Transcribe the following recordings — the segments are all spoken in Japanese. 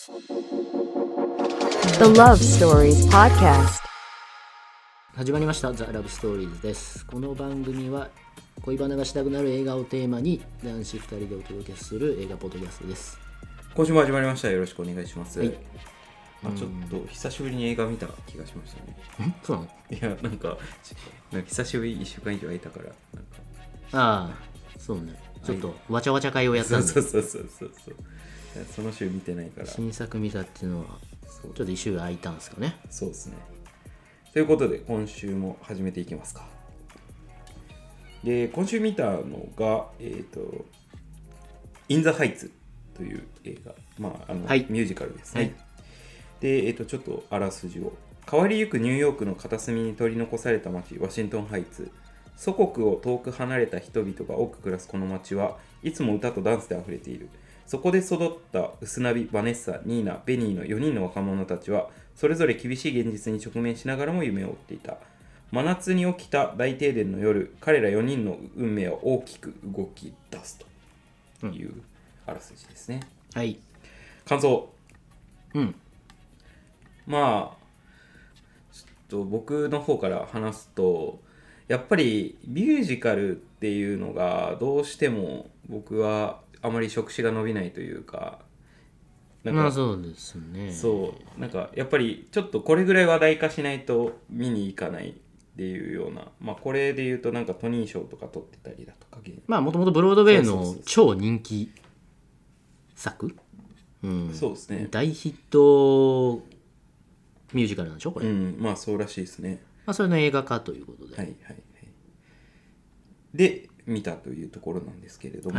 The Love Stories Podcast. 始まりました The Love Stories です。この番組は恋バナがしたくなる映画をテーマに男子2人でお届けする映画ポッドキャストです。 今週も始まりました。よろしくお願いします。 はい。 ちょっと久しぶりに映画見た気がしましたね。 そうなの？ いや、なんか久しぶり1週間以上空いたからああ、そうね。ちょっとわちゃわちゃ会をやったんで。 そうその週見てないから新作見たっていうのはちょっと1週空いたんですかね。 そうですね。ということで今週も始めていきますか。で、今週見たのがインザハイツという映画、 はい、 ミュージカルですね。 はい、 で、ちょっとあらすじを。変わりゆくニューヨークの片隅に取り残された町ワシントンハイツ。祖国を遠く離れた人々が多く暮らすこの町はいつも歌とダンスであふれている。そこで育ったウスナビ、バネッサ、ニーナ、ベニーの4人の若者たちはそれぞれ厳しい現実に直面しながらも夢を追っていた。真夏に起きた大停電の夜、彼ら4人の運命は大きく動き出すというあらすじですね。 はい。 感想。 まあちょっと僕の方から話すと、やっぱりミュージカルっていうのがどうしても僕はあまり触手が伸びないというか、 まあそうですね。 そうなんかやっぱりちょっとこれぐらい話題化しないと見に行かないっていうような、これで言うとなんかトニー賞とか取ってたりだとか、 もともとブロードウェイの超人気作、 そうですね。 大ヒットミュージカルなんでしょこれ。 そうらしいですね。 それの映画化ということで、 で見たというところなんですけれども、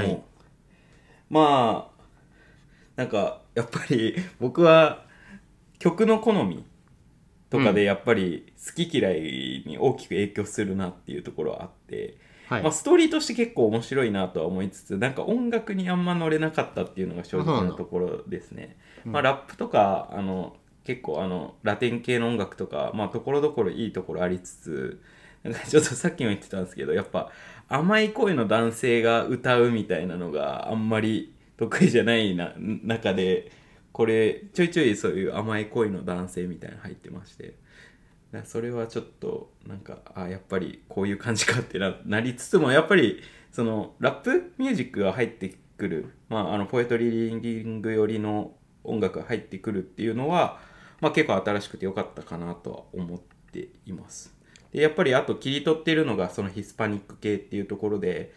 なんかやっぱり僕は曲の好みとかでやっぱり好き嫌いに大きく影響するなっていうところはあって、ストーリーとして結構面白いなとは思いつつ、なんか音楽にあんま乗れなかったっていうのが正直なところですね。ラップとか結構ラテン系の音楽とかところどころいいところありつつ、なんかちょっとさっきも言ってたんですけど、やっぱ甘い声の男性が歌うみたいなのがあんまり得意じゃない中で、これちょいちょいそういう甘い声の男性みたいなの入ってまして、それはちょっとなんかやっぱりこういう感じかってなりつつも、やっぱりそのラップミュージックが入ってくる、ポエトリーリング寄りの音楽が入ってくるっていうのは、結構新しくて良かったかなとは思っています。でやっぱりあと切り取っているのがそのヒスパニック系っていうところで、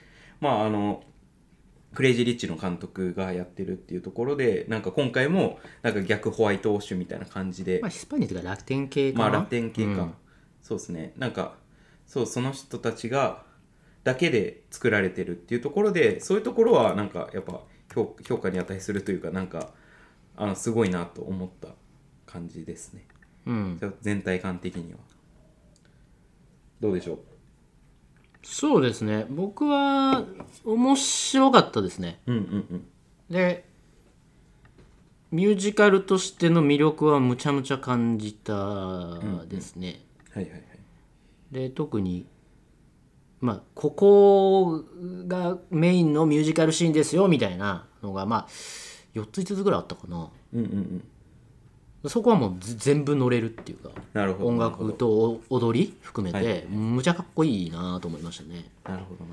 クレイジー・リッチの監督がやってるっていうところで、なんか今回もなんか逆ホワイトオッシュみたいな感じで、 ヒスパニックがラテン系かな。 ラテン系か、そうですね。なんかその人たちがだけで作られてるっていうところで、そういうところはなんかやっぱ評価に値するというか、なんかすごいなと思った感じですね。全体感的にはどうでしょう？ そうですね、僕は面白かったですね。でミュージカルとしての魅力はむちゃむちゃ感じたですね。で特にここがメインのミュージカルシーンですよみたいなのが4つ5つぐらいあったかな。そこはもう全部乗れるっていうか、音楽と踊り含めてむちゃかっこいいなと思いましたね。 なるほど。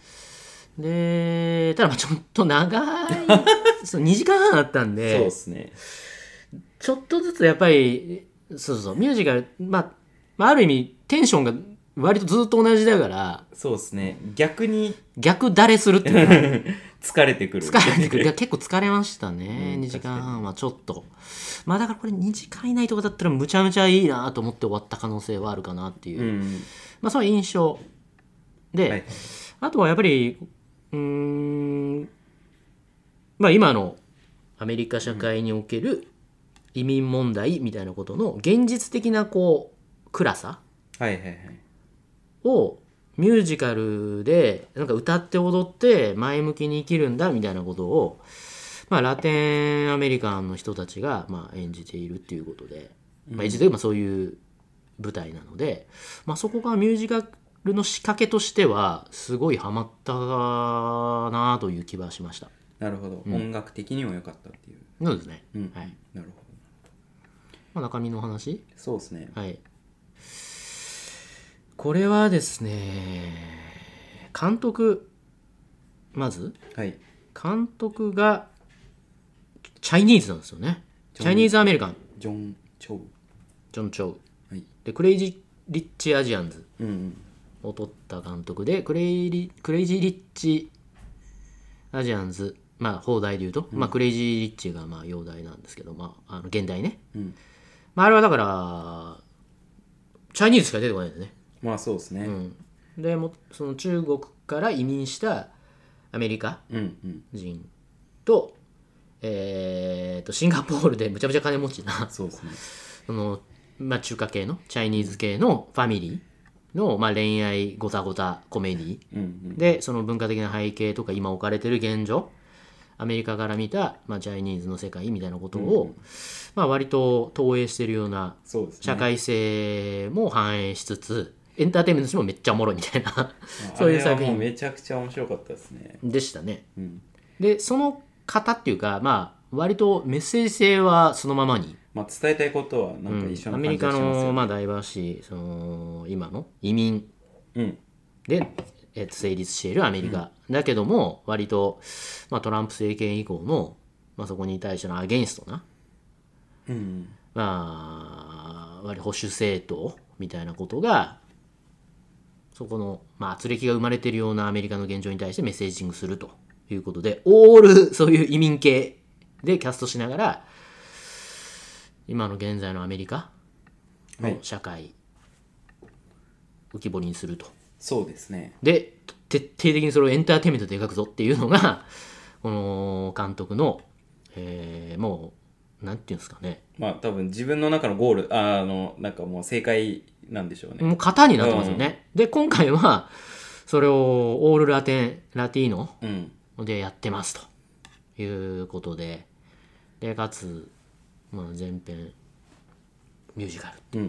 でただちょっと長いそう2時間半あったんで、 そうですね。 ちょっとずつやっぱりミュージカルある意味テンションが割とずっと同じだから、 そうですね。逆だれするっていうか疲れてくる。 結構疲れましたね。2時間半はちょっとだからこれ2時間以内とかだったらむちゃむちゃいいなと思って終わった可能性はあるかなっていう、そういう印象で、あとはやっぱり今のアメリカ社会における移民問題みたいなことの現実的な暗さをミュージカルでなんか歌って踊って前向きに生きるんだみたいなことを、ラテンアメリカンの人たちが演じているっていうことで、演じてるそういう舞台なので、そこがミュージカルの仕掛けとしてはすごいハマったなという気はしました。 なるほど、音楽的にも良かったっていう。 そうですね、 はい、なるほど、中身の話。 そうですね。 はい。これはですね、監督、まず、 はい、 監督がチャイニーズなんですよね。チャイニーズアメリカン。 ジョン・チョウ。はい、 でクレイジー・リッチ・アジアンズを取った監督で、クレイジー・リッチ・アジアンズ、放題で言うと、クレイジー・リッチが洋題なんですけど、現代ね。あれはだから、チャイニーズしか出てこないんですね。 そうですね。 でもその中国から移民したアメリカ人と、シンガポールでむちゃむちゃ金持ちなそうですね。 その中華系のチャイニーズ系のファミリーの、恋愛ごたごたコメディ、でその文化的な背景とか今置かれてる現状、アメリカから見た、チャイニーズの世界みたいなことを、割と投影してるような社会性も反映しつつ、エンターテインメントとしてもめっちゃおもろいみたいなそういう作品めちゃくちゃ面白かったですね。 でしたね。でその方っていうか、割とメッセージ性はそのままに、 伝えたいことはなんか一緒な感じがしますよね。 アメリカの、ダイバーシー、その今の移民で、成立しているアメリカ、だけども割と、トランプ政権以降の、そこに対してのアゲインストな、割と保守政党みたいなことがそこの、圧力が生まれているようなアメリカの現状に対してメッセージングするということで、オールそういう移民系でキャストしながら、今の現在のアメリカの社会浮き彫りにすると。 そうですね。 で徹底的にそれをエンターテインメントで描くぞっていうのがこの監督の、もうなんていうんですかね、 多分自分の中のゴールなんかもう正解なんでしょうね。 もう型になってますよね。で今回はそれをオールラティーノでやってますということで、でかつ、全編ミュージカル、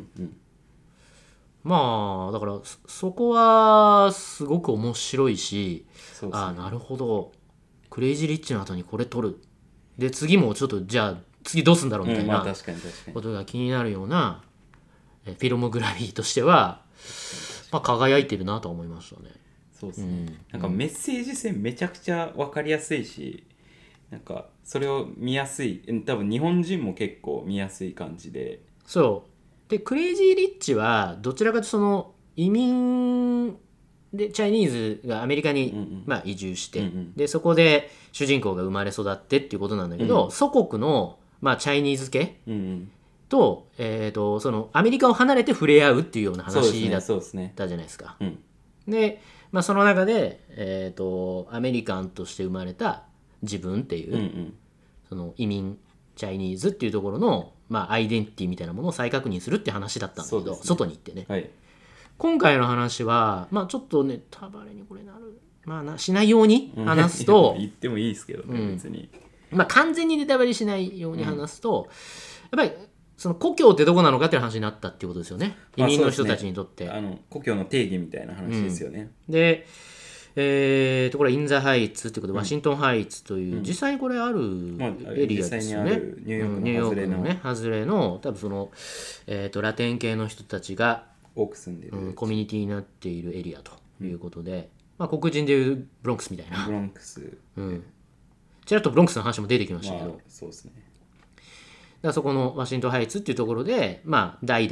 だからそこはすごく面白いし、なるほど、クレイジーリッチの後にこれ撮る、で次もちょっとじゃあ次どうするんだろうみたいなことが気になるような、フィルモグラフィーとしては、輝いてるなと思いましたね。 そうですね、なんかメッセージ性めちゃくちゃ分かりやすいし、なんかそれを見やすい、多分日本人も結構見やすい感じで。 そうで、クレイジー・リッチはどちらかというとその移民でチャイニーズがアメリカに、移住して、でそこで主人公が生まれ育ってっていうことなんだけど、祖国の、チャイニーズ系、と、そのアメリカを離れて触れ合うっていうような話だったじゃないですか。で、その中で、アメリカンとして生まれた自分っていう、その移民チャイニーズっていうところの、アイデンティティみたいなものを再確認するって話だったんだけど、外に行ってね、今回の話は、ちょっとネタバレにこれなる、しないように話すと言ってもいいですけどね、別に、 完全にネタバレしないように話すと、やっぱりその故郷ってどこなのかっていう話になったっていうことですよね、移民の人たちにとって。 故郷の定義みたいな話ですよね。 で、これインザハイツってことで、ワシントンハイツという、実際にこれあるエリアですよね。 ニューヨークのね、 外れの多分その、ラテン系の人たちが多く住んでる、 コミュニティになっているエリアということで、黒人でいうブロンクスみたいな。 ブロンクス、 ちらっとブロンクスの話も出てきましたけど、 そうですね。 だからそこのワシントンハイツっていうところで、代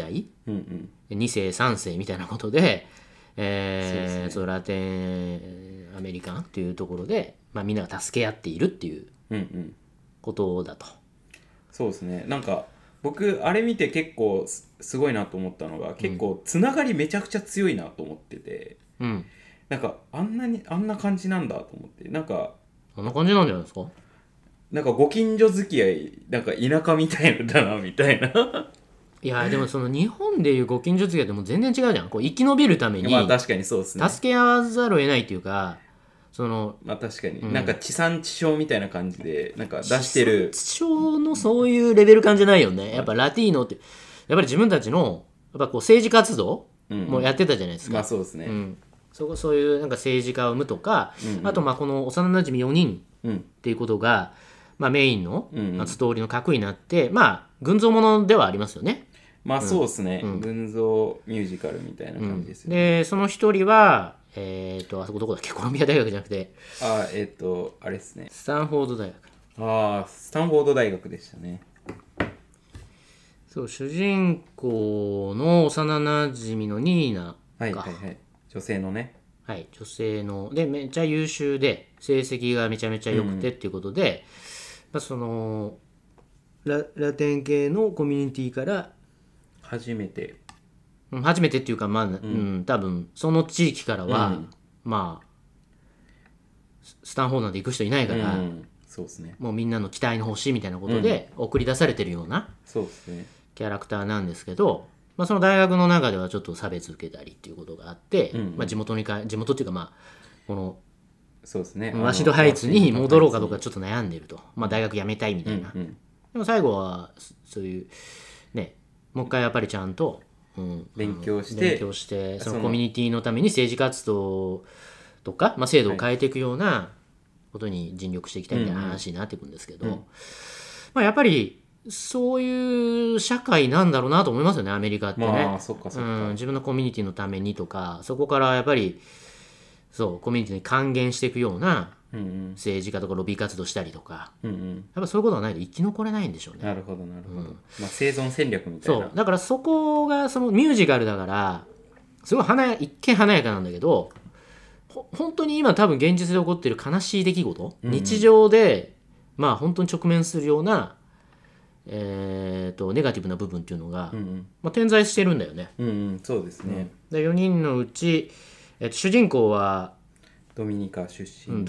々、2世3世みたいなことで、そのラテンアメリカンっていうところで、みんなが助け合っているっていうことだと。 そうですね。なんか僕あれ見て結構すごいなと思ったのが、結構つながりめちゃくちゃ強いなと思ってて、なんかあんな感じなんだと思って、なんかあんな感じなんじゃないですか。 なんかご近所付き合い、なんか田舎みたいだなみたいな。 いやでもその日本でいうご近所付き合いでも全然違うじゃん。こう生き延びるために確かにそうですね、 助け合わざるを得ないっていうか、その確かに、なんか地産地消みたいな感じでなんか出してる、 地産地消のそういうレベル感じゃないよね。やっぱラティーノってやっぱり自分たちのやっぱこう政治活動もやってたじゃないですか。 そうですね、 そういうなんか政治家を生むとか、あとこの幼なじみ4人っていうことが、 まあ、メインの、 うんうん、 ストーリーの核になって、まあ群像ものではありますよね。 まあそうですね、群像ミュージカルみたいな感じですよね。 でその一人はあそこどこだっけ、コロンビア大学じゃなくてあれですね、 スタンフォード大学。 スタンフォード大学でしたね。 そう主人公の幼なじみのニーナが、 はいはいはい、女性のね、 はい、女性のでめっちゃ優秀で成績がめちゃめちゃ良くてっていうことで、まあ、そのラテン系のコミュニティから初めてっていうか、まあ多分その地域からは、まあスタンフォードなんて行く人いないから、 そうですね、 もうみんなの期待の星みたいなことで送り出されてるようなそうですね、 キャラクターなんですけど、まあ、その大学の中ではちょっと差別受けたりっていうことがあって、まあ、地元っていうか、まあこのそうですね、 ワシントンハイツに戻ろうかどうかちょっと悩んでると、まあ、大学辞めたいみたいな、でも最後はそういうね、もう一回やっぱりちゃんと、 勉強してそのコミュニティのために政治活動とか、まあ、制度を変えていくようなことに尽力していきたいみたいな話になっていくんですけど、まあ、やっぱりそういう社会なんだろうなと思いますよね、アメリカってね。 まあそっかそっか、 自分のコミュニティのためにとか、そこからやっぱりそうコミュニティに還元していくような政治家とかロビー活動したりとか、やっぱそういうことがないと生き残れないんでしょうね。 なるほどなるほど、まあ、生存戦略みたいな。 そうだからそこがそのミュージカルだからすごい一見華やかなんだけど、本当に今多分現実で起こっている悲しい出来事、日常でまあ本当に直面するようなネガティブな部分っていうのが、まあ、点在してるんだよね。 そうですね、 で4人のうち、主人公はドミニカ出身、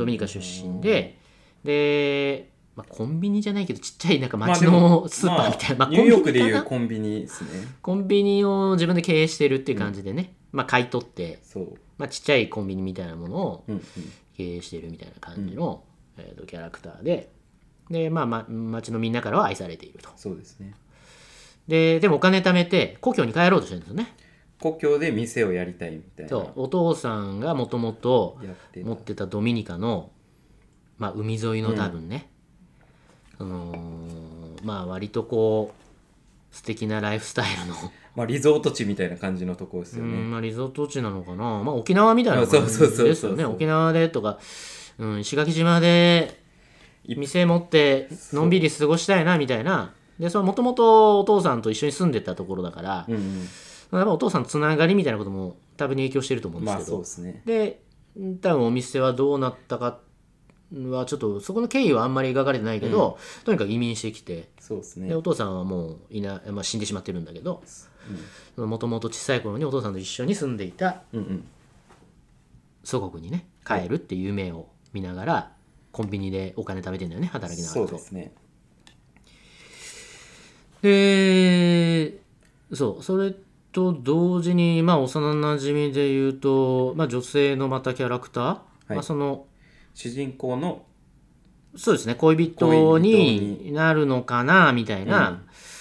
で、まあ、コンビニじゃないけどちっちゃいなんか街のスーパーみたいな、 ニューヨークでいうコンビニですね。 コンビニを自分で経営してるっていう感じでね、まあ、買い取って、まあ、ちっちゃいコンビニみたいなものを経営してるみたいな感じの、キャラクターで、まあ、街のみんなからは愛されていると。 そうですね。 でもお金貯めて故郷に帰ろうとしてるんですよね。 故郷で店をやりたいみたいな。 そうお父さんがもともと持ってたドミニカの、まあ、海沿いの多分ね、まあ割とこう素敵なライフスタイルのまあリゾート地みたいな感じのところですよね。 まあ、リゾート地なのかな、まあ、沖縄みたいな感じですよね。沖縄でとか、石垣島で店持ってのんびり過ごしたいなみたいな。でもともとお父さんと一緒に住んでたところだから、やっぱお父さんのつながりみたいなことも多分に影響してると思うんですけど、 そうですね。 で多分お店はどうなったかはちょっとそこの経緯はあんまり描かれてないけど、とにかく移民してきて、 そうですね。 でお父さんはもうまあ、死んでしまってるんだけど、もともと小さい頃にお父さんと一緒に住んでいた祖国にね帰るっていう夢を見ながらコンビニでお金貯めてんだよね、働きながら。 そうですね。 でそれと同時に、まあ、幼なじみでいうと、まあ、女性のまたキャラクター、まあ、その主人公のそうですね恋人になるのかなみたいな、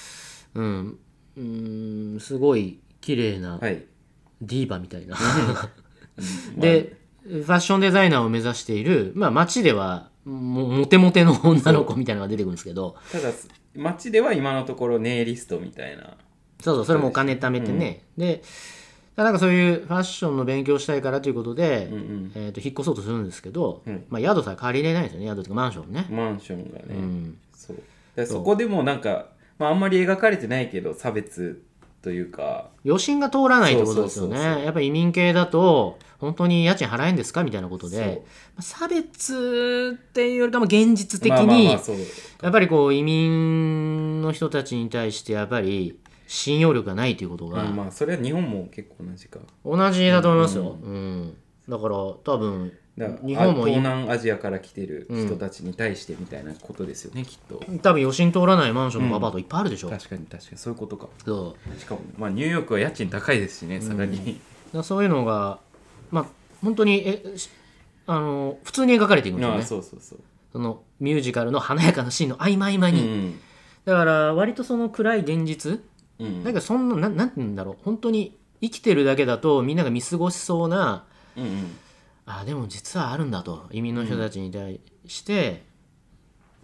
すごい綺麗なディーバみたいな、でファッションデザイナーを目指している、まあ、街ではモテモテの女の子みたいなのが出てくるんですけど、 ただ街では今のところネイリストみたいな。 そうそれもお金貯めてね、でなんかそういうファッションの勉強したいからということで、引っ越そうとするんですけど、まあ、宿さえ借りれないんですよね。宿というかマンションね。 マンションがね、そこでもなんか、まあ、あんまり描かれてないけど差別というか余震が通らないってことですよね。やっぱり移民系だと本当に家賃払えんですかみたいなことで、差別っていうよりかも現実的にやっぱりこう移民の人たちに対してやっぱり信用力がないということが、 まあそれは日本も結構同じか。 同じだと思いますよ。だから多分日本も東南アジアから来てる人たちに対してみたいなことですよね、きっと。 多分余震通らないマンションのアパートいっぱいあるでしょ。 確かにそういうことか。 しかも、まあ、ニューヨークは家賃高いですしね、さらに。 そういうのがまあ本当に普通に描かれていくんですよね。そのミュージカルの華やかなシーンの合間合間に、だから割とその暗い現実、なんかそんななんて言うんだろう、本当に生きてるだけだとみんなが見過ごしそうな、でも実はあるんだと、移民の人たちに対して、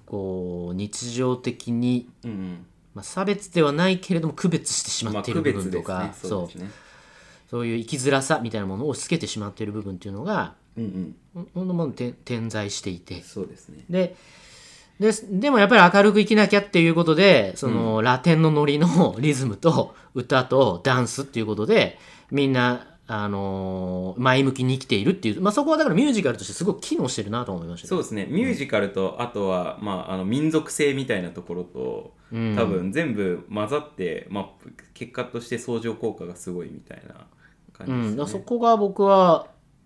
こう日常的に、 うんうん、 まあ、差別ではないけれども区別してしまっている部分とか、 まあ、 そういう生きづらさみたいなものを押し付けてしまっている部分っていうのが、 うんうん、 ほんともう点在していて、 そうですね。 でもやっぱり明るく生きなきゃっていうことで、そのラテンのノリのリズムと歌とダンスっていうことでみんな前向きに生きているっていう、まあ、そこはだからミュージカルとしてすごく機能してるなと思いました、ね、 そうですね。ミュージカルと、あとは、まあ、民族性みたいなところと、多分全部混ざって、まあ、結果として相乗効果がすごいみたいな感じですね。 そこが僕は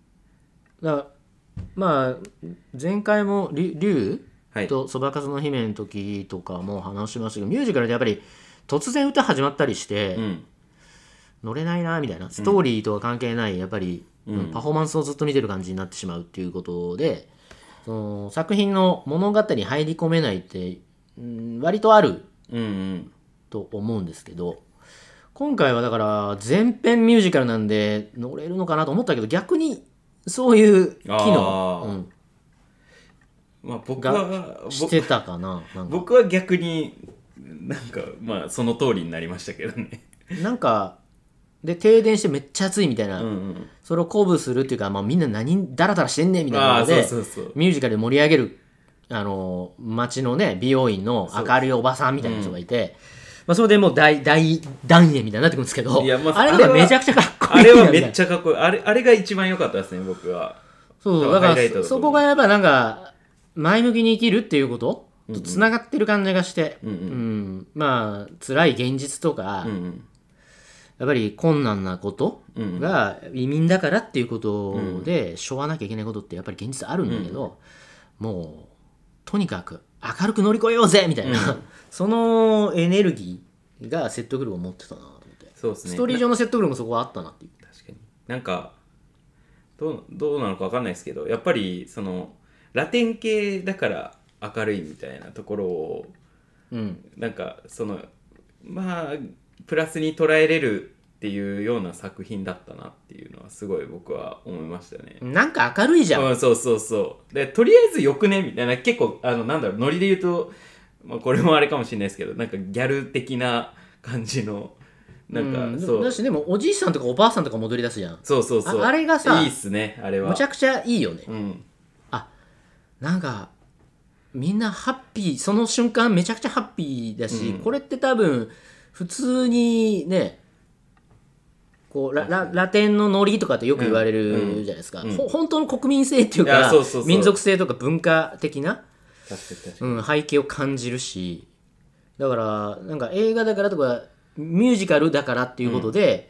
まあ前回も竜とそばかすの姫の時とかも話しましたけど、ミュージカルでやっぱり突然歌始まったりして、乗れないなみたいな、ストーリーとは関係ないやっぱり、パフォーマンスをずっと見てる感じになってしまうっていうことで、その作品の物語に入り込めないって、割とあると思うんですけど、今回はだから全編ミュージカルなんで乗れるのかなと思ったけど、逆にそういう機能、 まあ、僕はしてたかな。 僕は逆になんかまあその通りになりましたけどね。 なんかで停電してめっちゃ暑いみたいな、それを鼓舞するっていうか、まあ、みんな何ダラダラしてんねんみたいなのでミュージカルで盛り上げる街のね美容院の明るいおばさんみたいな人がいて、まあ、それでもう大団円みたいになってくるんですけど、あれがめちゃくちゃかっこいい。 あれはめっちゃかっこいい。あれが一番良かったですね、僕は。 そうだからそこがやっぱなんか前向きに生きるっていうこととつながってる感じがして、まあ辛い現実とか、やっぱり困難なことが移民だからっていうことでしょうがなきゃいけないことってやっぱり現実あるんだけど、もうとにかく明るく乗り越えようぜみたいな、そのエネルギーが説得力を持ってたなと思って。 そうですね、 ストーリー上の説得力もそこはあったなっていう。 確かになんかどうなのか分かんないですけど、やっぱりそのラテン系だから明るいみたいなところを、なんかそのまあプラスに捉えれるっていうような作品だったなっていうのはすごい僕は思いましたね。 なんか明るいじゃん。 そうでとりあえずよくねみたいな、結構なんだろう、ノリで言うと、まあ、これもあれかもしれないですけど、なんかギャル的な感じのなんか、そうだし、でもおじいさんとかおばあさんとか戻り出すじゃん。 そうあれがさいいっすね、あれはむちゃくちゃいいよね。なんかみんなハッピー、その瞬間めちゃくちゃハッピーだし、これって多分普通にね、こうラテンのノリとかってよく言われるじゃないですか、本当の国民性っていうか民族性とか文化的な背景を感じるし、だからなんか映画だからとかミュージカルだからっていうことで、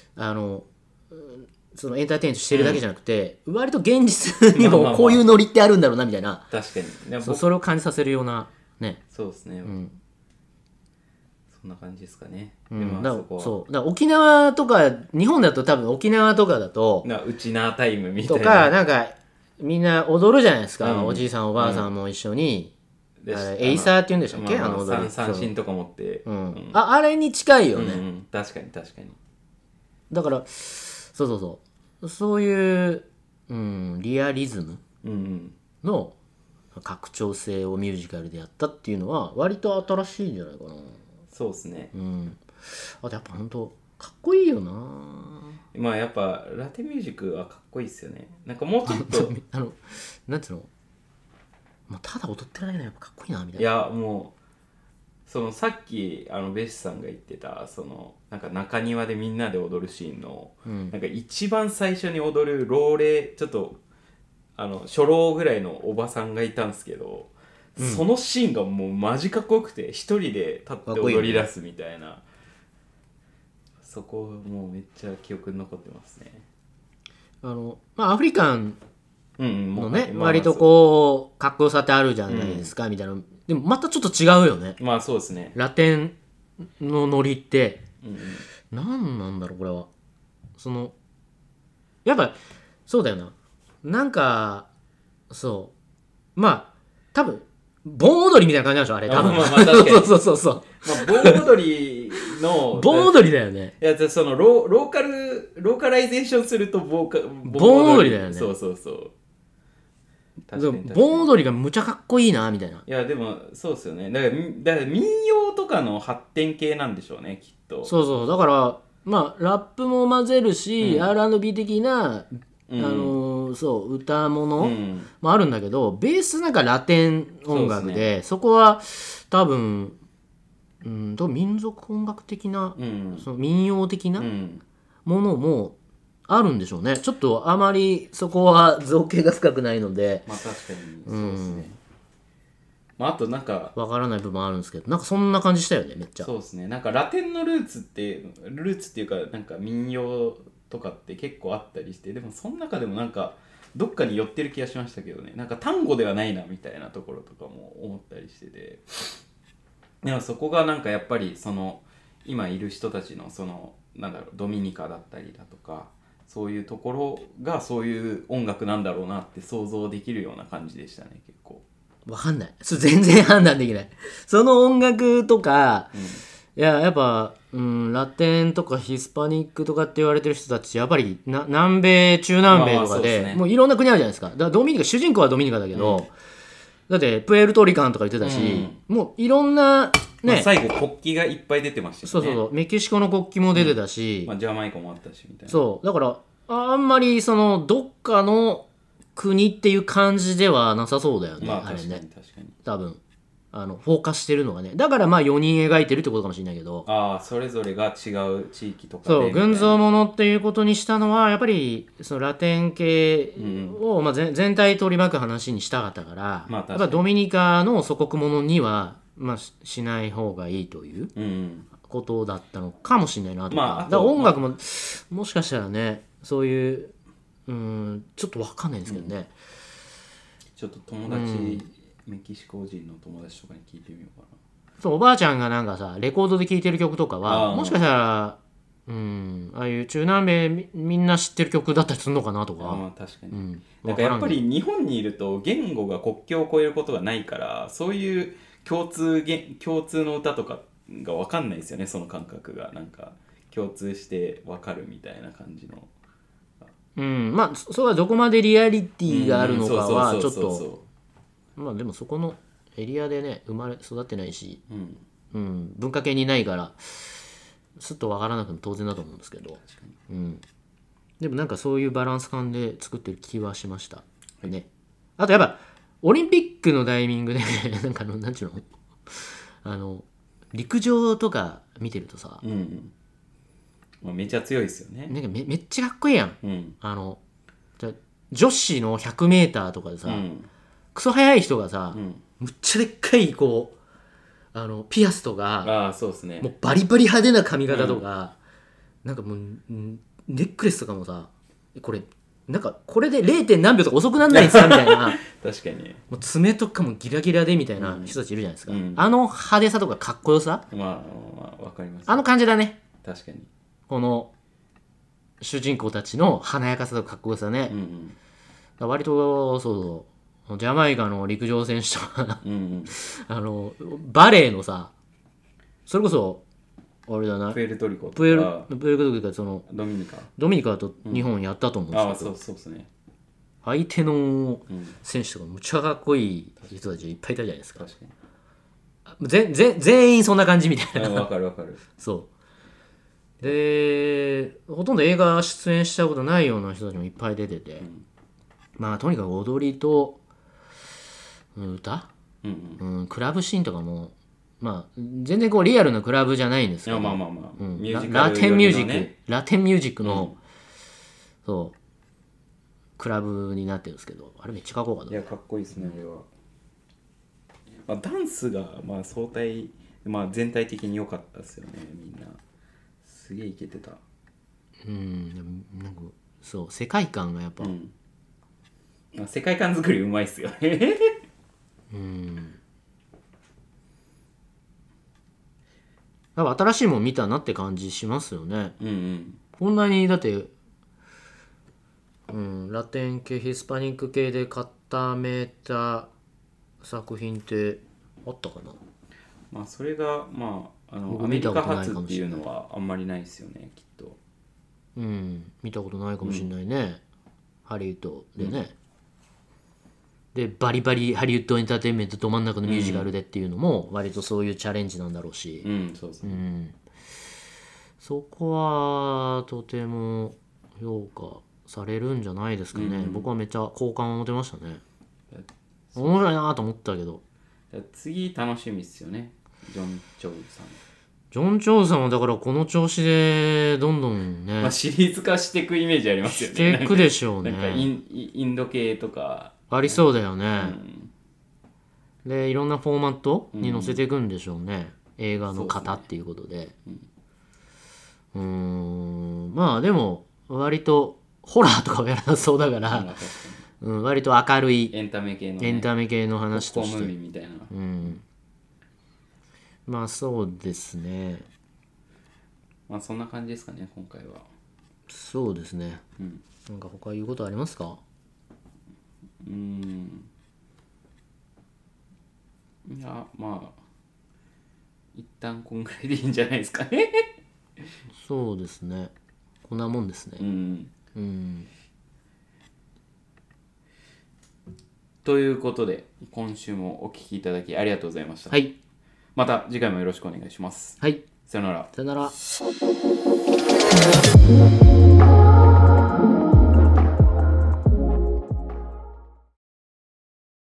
そのエンターテインメントしてるだけじゃなくて、割と現実にもこういうノリってあるんだろうなみたいな、 確かにそれを感じさせるようなね。 そうですね、そんな感じですかね。 だから沖縄とか日本だと多分沖縄とかだとウチナータイムみたいなとか、なんかみんな踊るじゃないですか、おじいさんおばあさんも一緒に、エイサーって言うんでしたっけ、踊り三振とか持って、 あれに近いよね、 確かにだからそういう、リアリズムの拡張性をミュージカルでやったっていうのは割と新しいんじゃないかな。 そうですね。 あとやっぱ本当かっこいいよな。 まあやっぱラテンミュージックはかっこいいですよね。なんかもうちょっとなんつうの、まあ、ただ踊ってられない、やっぱかっこいいなみたいな。 いやもうそのさっきベシさんが言ってたそのなんか中庭でみんなで踊るシーンの、なんか一番最初に踊る老齢ちょっと初老ぐらいのおばさんがいたんですけど、そのシーンがもうマジかっこよくて、一人で立って踊り出すみたいな、そこもうめっちゃ記憶に残ってますね。 まあアフリカンのね、割とこうかっこよさってあるじゃないですか、みたいな。でもまたちょっと違うよね。 まあそうですね。 ラテンのノリって、何なんだろうこれは。やっぱそうだよな。なんかまあ多分盆踊りみたいな感じなんでしょあれ多分。 確かにそう。 まあ、盆踊りの盆踊りだよね。 いやそのローカライゼーションすると盆踊りだよね。 そう。 確かに盆踊りがむちゃかっこいいなみたいな。 いやでもそうですよね。だから民謡とかの発展系なんでしょうね、きっと。 そうそう、だからまあラップも混ぜるし、R&B 的なそう歌物もあるんだけど、ベースなんかラテン音楽で、そこは多分民族音楽的な、その民謡的なものもあるんでしょうね。ちょっとあまりそこは造形が深くないので、 まあ確かにそうですね。まああとなんかわからない部分あるんですけど、なんかそんな感じしたよね、めっちゃ。 そうですね。なんかラテンのルーツっていうかなんか民謡とかって結構あったりして、でもその中でもなんかどっかに寄ってる気がしましたけどね。なんか単語ではないなみたいなところとかも思ったりしてて、でもそこがなんかやっぱりその今いる人たちのそのなんだろう、ドミニカだったりだとか、そういうところがそういう音楽なんだろうなって想像できるような感じでしたね、結構。 わかんない。全然判断できない。その音楽とか、いや、やっぱ、ラテンとかヒスパニックとかって言われてる人たち、やっぱり南米、中南米とかで、もういろんな国あるじゃないですか。だからドミニカ、主人公はドミニカだけど、だってプエルトリカンとか言ってたし、もういろんな、ね、 まあ、最後国旗がいっぱい出てましたよね。 そうメキシコの国旗も出てたし、 まあ、ジャマイカもあったしみたいな。 そうだからあんまりそのどっかの国っていう感じではなさそうだよね。 まあ確かにあれね、 確かに多分フォーカスしてるのがね、だからまあ4人描いてるってことかもしれないけど、 それぞれが違う地域とかでそう群像ものっていうことにしたのはやっぱりそのラテン系を、まあ、全体取り巻く話にしたかったから、 まあ、 やっぱドミニカの祖国ものには、まあ、しない方がいいということだったのかもしれないなとか、だから音楽も、もしかしたらねそういうちょっと分かんないんですけどね、 ちょっと友達、メキシコ人の友達とかに聞いてみようかな。 そうおばあちゃんがなんかさレコードで聴いてる曲とかはもしかしたらああいう中南米みんな知ってる曲だったりするのかなとか。 まあ確かに、なんかやっぱり日本にいると言語が国境を越えることがないから、そういう共通の歌とかが分かんないですよね。その感覚がなんか共通して分かるみたいな感じの。 まあそれはどこまでリアリティがあるのかはちょっと、まあでもそこのエリアでね生まれ育ってないし、文化系にないからすっと分からなくても当然だと思うんですけど、でもなんかそういうバランス感で作ってる気はしましたね。あとやっぱオリンピックのタイミングでなんかなんちゅうの陸上とか見てるとさ、 まあ、めちゃ強いですよね。 なんかめっちゃかっこいいやん、女子の 100m とかでさ、クソ速い人がさ、むっちゃでっかいこうピアスとか、 そうですね、 もうバリバリ派手な髪型とか、なんかもうネックレスとかもさ、これなんかこれで 0. 何秒とか遅くなんないんですかみたいな確かにもう爪とかもギラギラでみたいな人たちいるじゃないですか、派手さとかかっこよさ、 まあわかります、 感じだね。 確かにこの主人公たちの華やかさとかっこよさね、割とそうジャマイカの陸上選手とかバレーのさ、それこそあれだな、 プエルトリコとかプエルトリコとかそのドミニカと日本やったと思うんですけど、 そうですね、 相手の選手とかむちゃかっこいい人たちいっぱいいたじゃないですか。 確かに全員そんな感じみたいな。 わかるそうでほとんど映画出演したことないような人たちもいっぱい出てて、まあとにかく踊りと歌、クラブシーンとかもまあ全然こうリアルなクラブじゃないんですけど、ラテンミュージックの、そうクラブになってるんですけど、あれめっちゃかっこよかった。 いやかっこいいですね、あれは。まあ、ダンスがまあ全体的に良かったですよね。みんなすげえイケてた。 なんかそう世界観がやっぱ、 まあ、世界観作りうまいっすよねやっぱ新しいもん見たなって感じしますよね。こんなにだってラテン系ヒスパニック系で固めた作品ってあったかな。 まあそれがまあアメリカ発っていうのはあんまりないですよね、きっと。 見たことないかもしれないね、ハリウッドでね。 でバリバリハリウッドエンターテインメントど真ん中のミュージカルでっていうのも割とそういうチャレンジなんだろうし、 そうですね、 そこはとても評価されるんじゃないですかね、僕はめっちゃ好感を持てましたね。面白いなと思ったけど、 次楽しみっすよね、ジョン・チョウさん。 ジョン・チョウさんはだからこの調子でどんどんね、 シリーズ化していくイメージありますよね。 していくでしょうね。 なんかインド系とかありそうだよね、でいろんなフォーマットに載せていくんでしょうね、映画の型っていうことで。まあでも割とホラーとかはやらなそうだから、割と明るいエンタメ系の、 エンタメ系の話として、 ポップコーンムービーみたいな、 まあそうですね。 そんな感じですかね今回は。 そうですね、なんか他言うことありますか？ いや一旦こんぐらいでいいんじゃないですかね。 そうですね、こんなもんですね。 ということで今週もお聞きいただきありがとうございました。 はい、 また次回もよろしくお願いします。 はい、 さよなら。 さよなら。